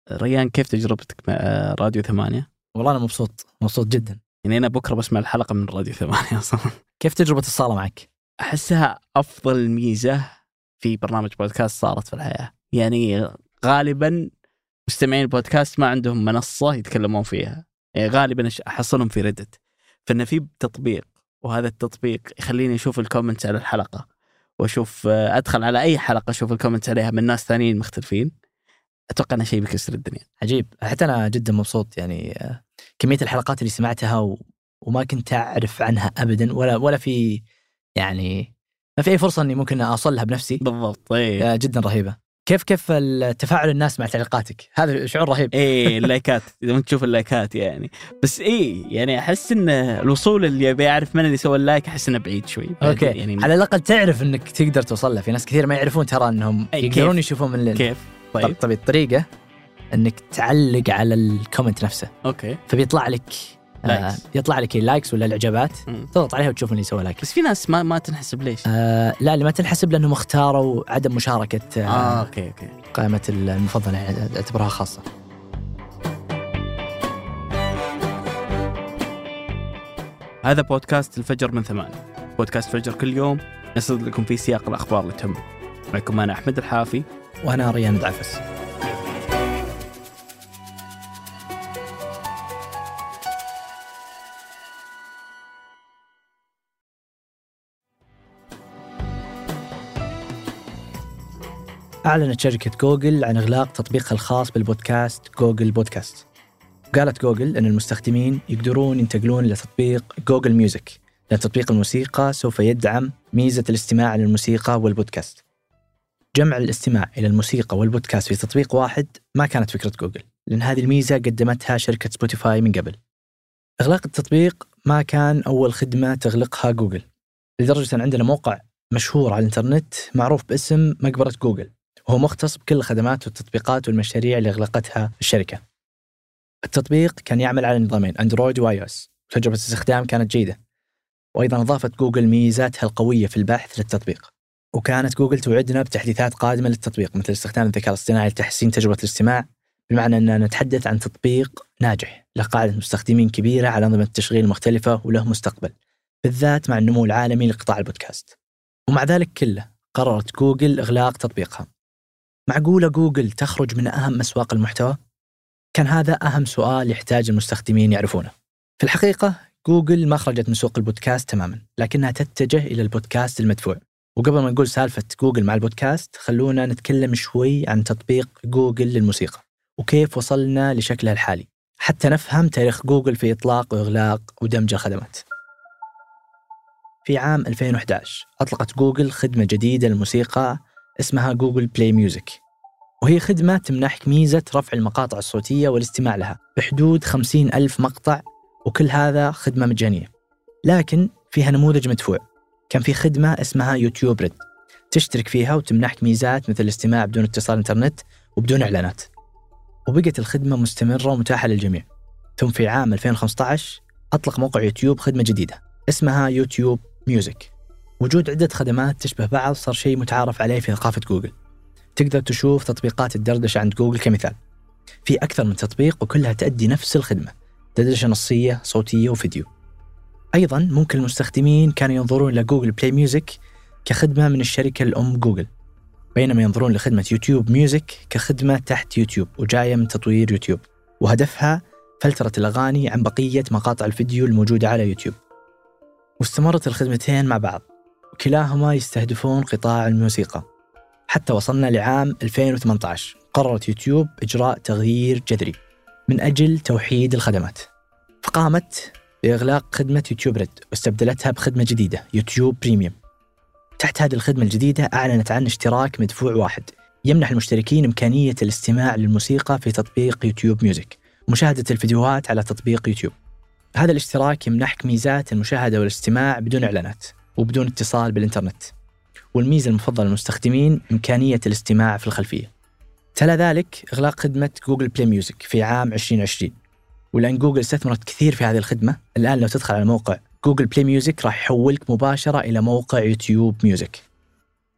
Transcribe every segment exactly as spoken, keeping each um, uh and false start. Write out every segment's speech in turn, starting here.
ريان، كيف تجربتك مع راديو ثمانية؟ والله أنا مبسوط مبسوط جدا. يعني أنا بكرة بسمع الحلقة من راديو ثمانية أصلا. كيف تجربة الصالة معك؟ أحسها أفضل ميزة في برنامج بودكاست صارت في الحياة. يعني غالبا مستمعين البودكاست ما عندهم منصة يتكلمون فيها، يعني غالبا أحصلهم في ريدت، فإن في تطبيق، وهذا التطبيق يخليني أشوف الكومنتس على الحلقة، وأشوف أدخل على أي حلقة أشوف الكومنتس عليها من ناس ثانيين مختلفين. أتوقع أنه شيء بيكسر الدنيا. عجيب. حتى أنا جدا مبسوط، يعني كمية الحلقات اللي سمعتها و... وما كنت أعرف عنها أبدا، ولا ولا في يعني ما في أي فرصة أني ممكن أوصلها بنفسي. بالضبط. إيه. جدا رهيبة. كيف كيف التفاعل الناس مع تعليقاتك؟ هذا شعور رهيب. إيه اللايكات، إذا ما تشوف اللايكات يعني. بس إيه يعني أحس إن الوصول اللي يبي يعرف من اللي سوى اللايك أحس إنه بعيد شوي. أوكي. يعني على الأقل تعرف إنك تقدر توصل له. في ناس كثير ما يعرفون ترى إنهم يقدرون يشوفون من اللي. كيف؟ طيب. طب, طب الطريقة إنك تعلق على الكومنت نفسه. أوكي. فبيطلع لك آه يطلع لك اللايكس ولا الإعجابات، تضغط عليها وتشوف اللي يسوي لايك. بس في ناس ما ما تنحسب ليش؟ آه لا اللي ما تنحسب لأنهم اختاروا عدم مشاركة آه آه أوكي أوكي قائمة المفضلة، يعني اعتبرها خاصة. هذا بودكاست الفجر من ثمانية، بودكاست فجر كل يوم نسرد لكم في سياق الأخبار اللي تهم. معكم أنا أحمد الحافي، وأنا ريان دعفس. أعلنت شركة جوجل عن إغلاق تطبيقها الخاص بالبودكاست جوجل بودكاست. قالت جوجل أن المستخدمين يقدرون ينتقلون إلى تطبيق جوجل ميوزك، لأن تطبيق الموسيقى سوف يدعم ميزة الاستماع للموسيقى والبودكاست. جمع الاستماع إلى الموسيقى والبودكاست في تطبيق واحد ما كانت فكرة جوجل، لأن هذه الميزة قدمتها شركة سبوتيفاي من قبل. إغلاق التطبيق ما كان أول خدمة تغلقها جوجل، لدرجة أن عندنا موقع مشهور على الإنترنت معروف باسم مقبرة جوجل، وهو مختص بكل الخدمات والتطبيقات والمشاريع اللي أغلقتها الشركة. التطبيق كان يعمل على نظامين أندرويد وآي أو إس، تجربة الاستخدام كانت جيدة، وأيضا أضافت جوجل ميزاتها القوية في البحث للتطبيق. وكانت جوجل توعدنا بتحديثات قادمة للتطبيق، مثل استخدام الذكاء الاصطناعي لتحسين تجربة الاستماع، بمعنى أننا نتحدث عن تطبيق ناجح له قاعدة مستخدمين كبيرة على أنظمة التشغيل مختلفة وله مستقبل، بالذات مع النمو العالمي لقطاع البودكاست. ومع ذلك كله قررت جوجل إغلاق تطبيقها. معقولة جوجل تخرج من أهم أسواق المحتوى؟ كان هذا أهم سؤال يحتاج المستخدمين يعرفونه. في الحقيقة جوجل ما خرجت من سوق البودكاست تماماً، لكنها تتجه إلى البودكاست المدفوع. وقبل ما نقول سالفة جوجل مع البودكاست، خلونا نتكلم شوي عن تطبيق جوجل للموسيقى وكيف وصلنا لشكلها الحالي، حتى نفهم تاريخ جوجل في إطلاق وإغلاق ودمج الخدمات. في عام ألفين وإحدى عشر أطلقت جوجل خدمة جديدة للموسيقى اسمها جوجل بلاي ميوزك، وهي خدمة تمنحك ميزة رفع المقاطع الصوتية والاستماع لها بحدود خمسين ألف مقطع، وكل هذا خدمة مجانية. لكن فيها نموذج مدفوع. كان في خدمة اسمها يوتيوب ريد، تشترك فيها وتمنحك ميزات مثل الاستماع بدون اتصال انترنت وبدون إعلانات. وبقت الخدمة مستمرة ومتاحة للجميع. ثم في عام ألفين وخمسة عشر أطلق موقع يوتيوب خدمة جديدة اسمها يوتيوب ميوزك. وجود عدة خدمات تشبه بعض صار شيء متعارف عليه في ثقافة جوجل. تقدر تشوف تطبيقات الدردشة عند جوجل كمثال، في أكثر من تطبيق وكلها تؤدي نفس الخدمة، دردشة نصية صوتية وفيديو. أيضاً ممكن المستخدمين كانوا ينظرون إلى جوجل بلاي ميوزك كخدمة من الشركة الأم جوجل، بينما ينظرون لخدمة يوتيوب ميوزك كخدمة تحت يوتيوب وجاية من تطوير يوتيوب، وهدفها فلترة الأغاني عن بقية مقاطع الفيديو الموجودة على يوتيوب. واستمرت الخدمتين مع بعض، وكلاهما يستهدفون قطاع الموسيقى، حتى وصلنا لعام ألفين وثمانية عشر. قررت يوتيوب إجراء تغيير جذري من أجل توحيد الخدمات، فقامت بإغلاق خدمة يوتيوب ريد واستبدلتها بخدمة جديدة يوتيوب بريميوم. تحت هذه الخدمة الجديدة أعلنت عن اشتراك مدفوع واحد يمنح المشتركين إمكانية الاستماع للموسيقى في تطبيق يوتيوب ميوزك ومشاهدة الفيديوهات على تطبيق يوتيوب. هذا الاشتراك يمنحك ميزات المشاهدة والاستماع بدون إعلانات وبدون اتصال بالإنترنت، والميزة المفضلة للمستخدمين إمكانية الاستماع في الخلفية. تلا ذلك إغلاق خدمة جوجل بلاي ميوزك في عام عشرين عشرين، ولأن جوجل استثمرت كثير في هذه الخدمة، الآن لو تدخل على موقع جوجل بلاي ميوزك راح يحولك مباشرة إلى موقع يوتيوب ميوزك.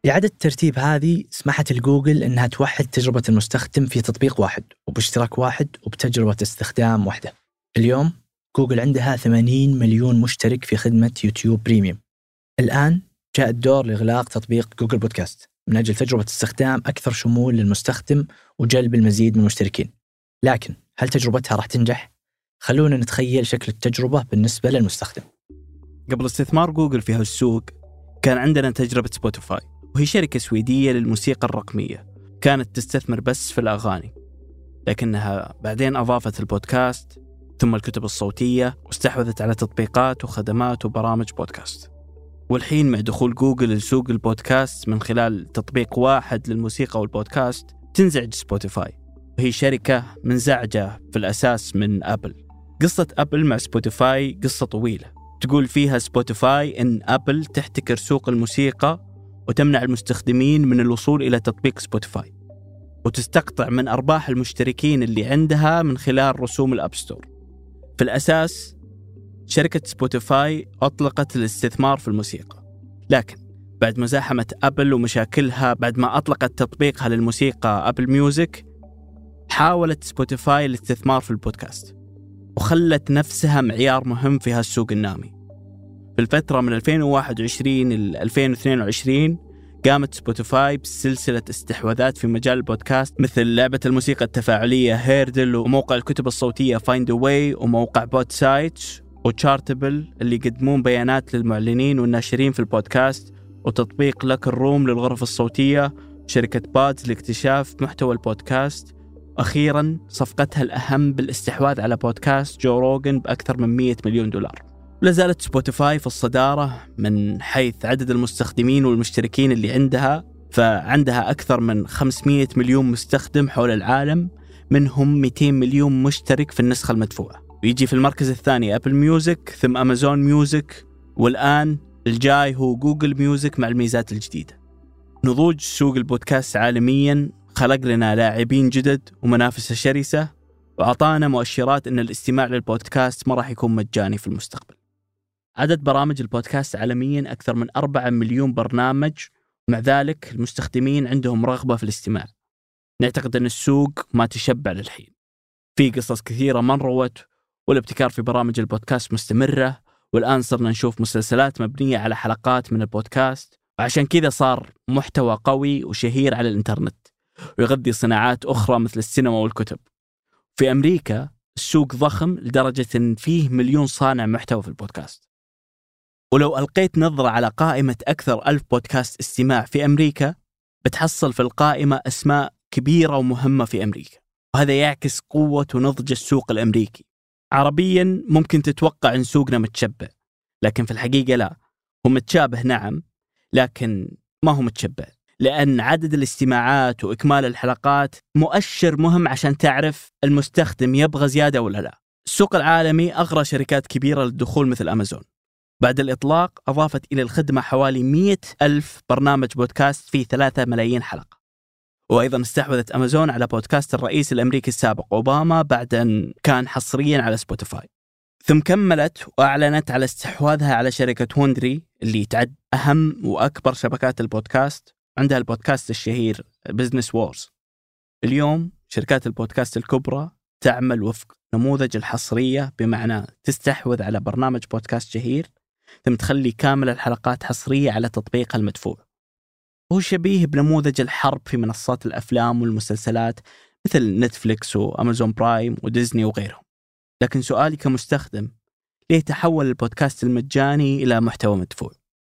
إعادة الترتيب هذه سمحت لجوجل أنها توحد تجربة المستخدم في تطبيق واحد وباشتراك واحد وبتجربة استخدام واحدة. اليوم جوجل عندها ثمانين مليون مشترك في خدمة يوتيوب بريميوم. الآن جاء الدور لإغلاق تطبيق جوجل بودكاست من أجل تجربة استخدام أكثر شمول للمستخدم وجلب المزيد من المشتركين. لكن هل تجربتها راح تنجح؟ خلونا نتخيل شكل التجربة بالنسبة للمستخدم. قبل استثمار جوجل في هالسوق كان عندنا تجربة سبوتيفاي، وهي شركة سويدية للموسيقى الرقمية، كانت تستثمر بس في الأغاني، لكنها بعدين أضافت البودكاست ثم الكتب الصوتية واستحوذت على تطبيقات وخدمات وبرامج بودكاست. والحين مع دخول جوجل لسوق البودكاست من خلال تطبيق واحد للموسيقى والبودكاست تنزعج سبوتيفاي، وهي شركة منزعجة في الأساس من أبل. قصة أبل مع سبوتيفاي قصة طويلة، تقول فيها سبوتيفاي إن أبل تحتكر سوق الموسيقى وتمنع المستخدمين من الوصول إلى تطبيق سبوتيفاي، وتستقطع من أرباح المشتركين اللي عندها من خلال رسوم الأب ستور. في الأساس شركة سبوتيفاي أطلقت الاستثمار في الموسيقى، لكن بعد مزاحمة أبل ومشاكلها بعد ما أطلقت تطبيقها للموسيقى أبل ميوزك، حاولت سبوتيفاي الاستثمار في البودكاست وخلت نفسها معيار مهم في هالسوق النامي. في الفترة من ألفين وواحد وعشرين إلى ألفين واثنين وعشرين قامت سبوتيفاي بسلسلة استحواذات في مجال البودكاست، مثل لعبة الموسيقى التفاعلية هيردل، وموقع الكتب الصوتية فايند واي، وموقع بود سايت، وتشارتبل اللي يقدمون بيانات للمعلنين والناشرين في البودكاست، وتطبيق لك الروم للغرف الصوتية، شركة بادز لاكتشاف محتوى البودكاست. أخيراً صفقتها الأهم بالاستحواذ على بودكاست جو روغن بأكثر من مئة مليون دولار. لازالت سبوتيفاي في الصدارة من حيث عدد المستخدمين والمشتركين اللي عندها، فعندها أكثر من خمسمئة مليون مستخدم حول العالم، منهم مئتين مليون مشترك في النسخة المدفوعة. ويجي في المركز الثاني أبل ميوزك، ثم أمازون ميوزك، والآن الجاي هو جوجل ميوزك مع الميزات الجديدة. نضوج سوق البودكاست عالمياً خلق لنا لاعبين جدد ومنافسة شرسة، وعطانا مؤشرات أن الاستماع للبودكاست ما راح يكون مجاني في المستقبل. عدد برامج البودكاست عالمياً أكثر من أربعة مليون برنامج، ومع ذلك المستخدمين عندهم رغبة في الاستماع. نعتقد أن السوق ما تشبع للحين، في قصص كثيرة من روت، والابتكار في برامج البودكاست مستمرة، والآن صرنا نشوف مسلسلات مبنية على حلقات من البودكاست، وعشان كذا صار محتوى قوي وشهير على الإنترنت ويغذي صناعات أخرى مثل السينما والكتب. في أمريكا السوق ضخم لدرجة أن فيه مليون صانع محتوى في البودكاست. ولو ألقيت نظرة على قائمة أكثر ألف بودكاست استماع في أمريكا، بتحصل في القائمة أسماء كبيرة ومهمة في أمريكا، وهذا يعكس قوة ونضج السوق الأمريكي. عربياً ممكن تتوقع أن سوقنا متشبع، لكن في الحقيقة لا، هو متشابه نعم، لكن ما هو متشبع، لأن عدد الاستماعات وإكمال الحلقات مؤشر مهم عشان تعرف المستخدم يبغى زيادة ولا لا. السوق العالمي أغرى شركات كبيرة للدخول مثل أمازون. بعد الإطلاق أضافت إلى الخدمة حوالي مئة ألف برنامج بودكاست في ثلاثة ملايين حلقة. وأيضا استحوذت أمازون على بودكاست الرئيس الأمريكي السابق أوباما بعد أن كان حصريا على سبوتيفاي، ثم كملت وأعلنت على استحواذها على شركة وندري اللي تعد أهم وأكبر شبكات البودكاست. عندها البودكاست الشهير بزنس وورز. اليوم شركات البودكاست الكبرى تعمل وفق نموذج الحصرية، بمعنى تستحوذ على برنامج بودكاست شهير ثم تخلي كامل الحلقات حصرية على تطبيقها المدفوع. هو شبيه بنموذج الحرب في منصات الأفلام والمسلسلات مثل نتفليكس وأمازون برايم وديزني وغيرهم. لكن سؤالي كمستخدم، ليه تحول البودكاست المجاني إلى محتوى مدفوع؟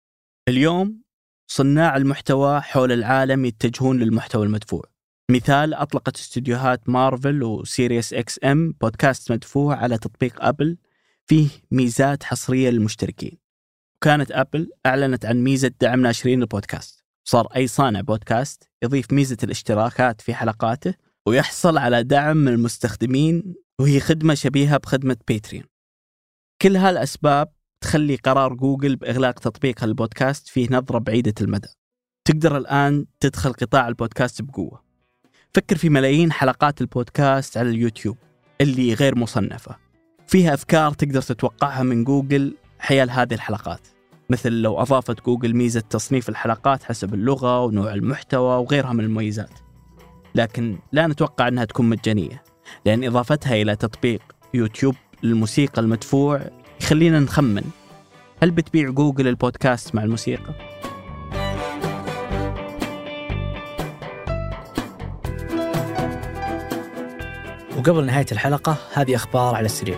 اليوم صناع المحتوى حول العالم يتجهون للمحتوى المدفوع. مثال، أطلقت استديوهات مارفل وسيريس إكس إم بودكاست مدفوع على تطبيق أبل فيه ميزات حصرية للمشتركين. وكانت أبل أعلنت عن ميزة دعم ناشرين البودكاست، صار أي صانع بودكاست يضيف ميزة الاشتراكات في حلقاته ويحصل على دعم من المستخدمين، وهي خدمة شبيهة بخدمة باتريون. كل هالأسباب تخلي قرار جوجل بإغلاق تطبيق البودكاست فيه نظرة بعيدة المدى. تقدر الآن تدخل قطاع البودكاست بقوة. فكر في ملايين حلقات البودكاست على اليوتيوب اللي غير مصنفة، فيها أفكار تقدر تتوقعها من جوجل حيال هذه الحلقات. مثل لو أضافت جوجل ميزة تصنيف الحلقات حسب اللغة ونوع المحتوى وغيرها من المميزات. لكن لا نتوقع أنها تكون مجانية، لأن إضافتها إلى تطبيق يوتيوب للموسيقى المدفوع يخلينا نخمن، هل بتبيع جوجل البودكاست مع الموسيقى؟ وقبل نهاية الحلقة هذه أخبار على السريع.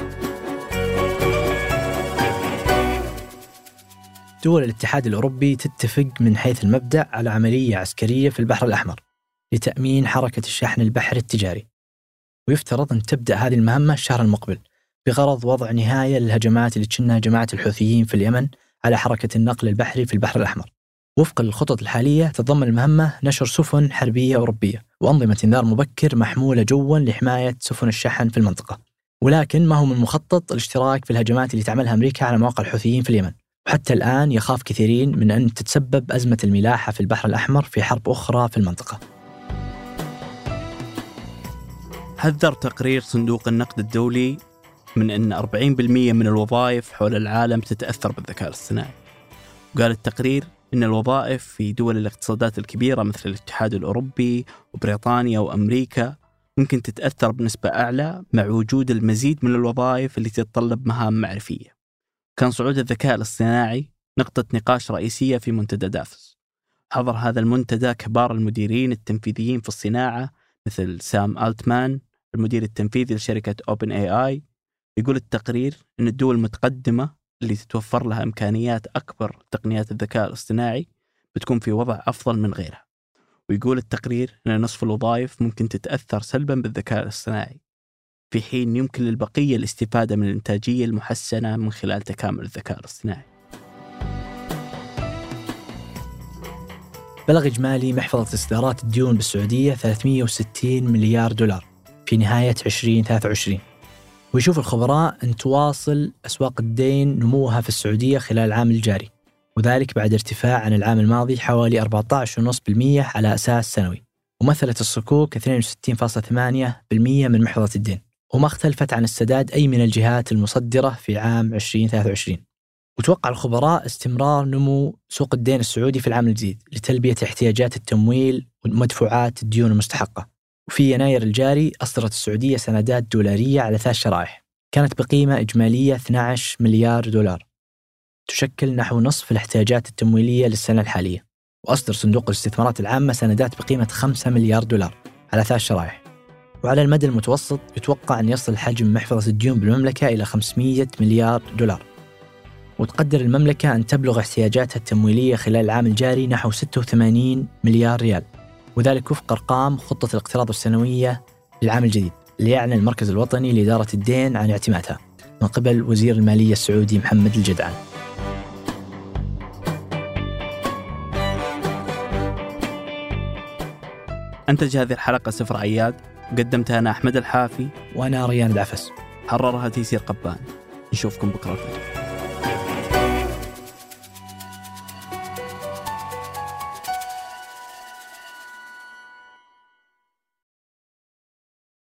دول الاتحاد الأوروبي تتفق من حيث المبدأ على عملية عسكرية في البحر الأحمر لتأمين حركة الشحن البحري التجاري، ويفترض أن تبدأ هذه المهمة الشهر المقبل بغرض وضع نهاية للهجمات اللي تشنها جماعة الحوثيين في اليمن على حركة النقل البحري في البحر الأحمر. وفقا للخطط الحالية تتضمن المهمة نشر سفن حربية أوروبية وأنظمة إنذار مبكر محمولة جوا لحماية سفن الشحن في المنطقة، ولكن ما هو من مخطط الاشتراك في الهجمات اللي تعملها أمريكا على مواقع الحوثيين في اليمن. وحتى الآن يخاف كثيرين من أن تتسبب أزمة الملاحة في البحر الأحمر في حرب أخرى في المنطقة. حذر تقرير صندوق النقد الدولي من أن أربعين بالمئة من الوظائف حول العالم تتأثر بالذكاء الاصطناعي. وقال التقرير أن الوظائف في دول الاقتصادات الكبيرة مثل الاتحاد الأوروبي وبريطانيا وأمريكا ممكن تتأثر بنسبة أعلى مع وجود المزيد من الوظائف اللي تتطلب مهام معرفية. كان صعود الذكاء الاصطناعي نقطة نقاش رئيسية في منتدى دافوس. حضر هذا المنتدى كبار المديرين التنفيذيين في الصناعة مثل سام ألتمان المدير التنفيذي لشركة أوبن إيه آي. يقول التقرير أن الدول المتقدمة اللي تتوفر لها إمكانيات أكبر تقنيات الذكاء الاصطناعي بتكون في وضع أفضل من غيرها. ويقول التقرير أن نصف الوظائف ممكن تتأثر سلبا بالذكاء الاصطناعي، في حين يمكن للبقية الاستفادة من الإنتاجية المحسنة من خلال تكامل الذكاء الاصطناعي. بلغ إجمالي محفظة إصدارات الديون بالسعودية ثلاثمئة وستين مليار دولار في نهاية عشرين ثلاثة وعشرين. ويشوف الخبراء أن تواصل أسواق الدين نموها في السعودية خلال العام الجاري، وذلك بعد ارتفاع عن العام الماضي حوالي أربعة عشر فاصلة خمسة بالمئة على أساس سنوي. ومثلت الصكوك اثنين وستين فاصلة ثمانية بالمئة من محفظة الدين، وما اختلفت عن السداد أي من الجهات المصدرة في عام عشرين ثلاثة وعشرين. وتوقع الخبراء استمرار نمو سوق الدين السعودي في العام الجديد لتلبية احتياجات التمويل ومدفوعات الديون المستحقة. وفي يناير الجاري أصدرت السعودية سندات دولارية على ثلاث شرائح كانت بقيمة إجمالية اثني عشر مليار دولار، تشكل نحو نصف الاحتياجات التمويلية للسنة الحالية. وأصدر صندوق الاستثمارات العامة سندات بقيمة خمسة مليار دولار على ثلاث شرائح. وعلى المدى المتوسط يتوقع أن يصل حجم محفظة الديون بالمملكة إلى خمسمئة مليار دولار. وتقدر المملكة أن تبلغ احتياجاتها التمويلية خلال العام الجاري نحو ستة وثمانين مليار ريال، وذلك وفق أرقام خطة الاقتراض السنوية للعام الجديد اللي يعلن المركز الوطني لإدارة الدين عن اعتمادها من قبل وزير المالية السعودي محمد الجدعان. أنتج هذه الحلقة سفر عياد، قدمتها أنا أحمد الحافي وأنا ريان العفس، حررها تيسير قبان. نشوفكم بكرة الفجر.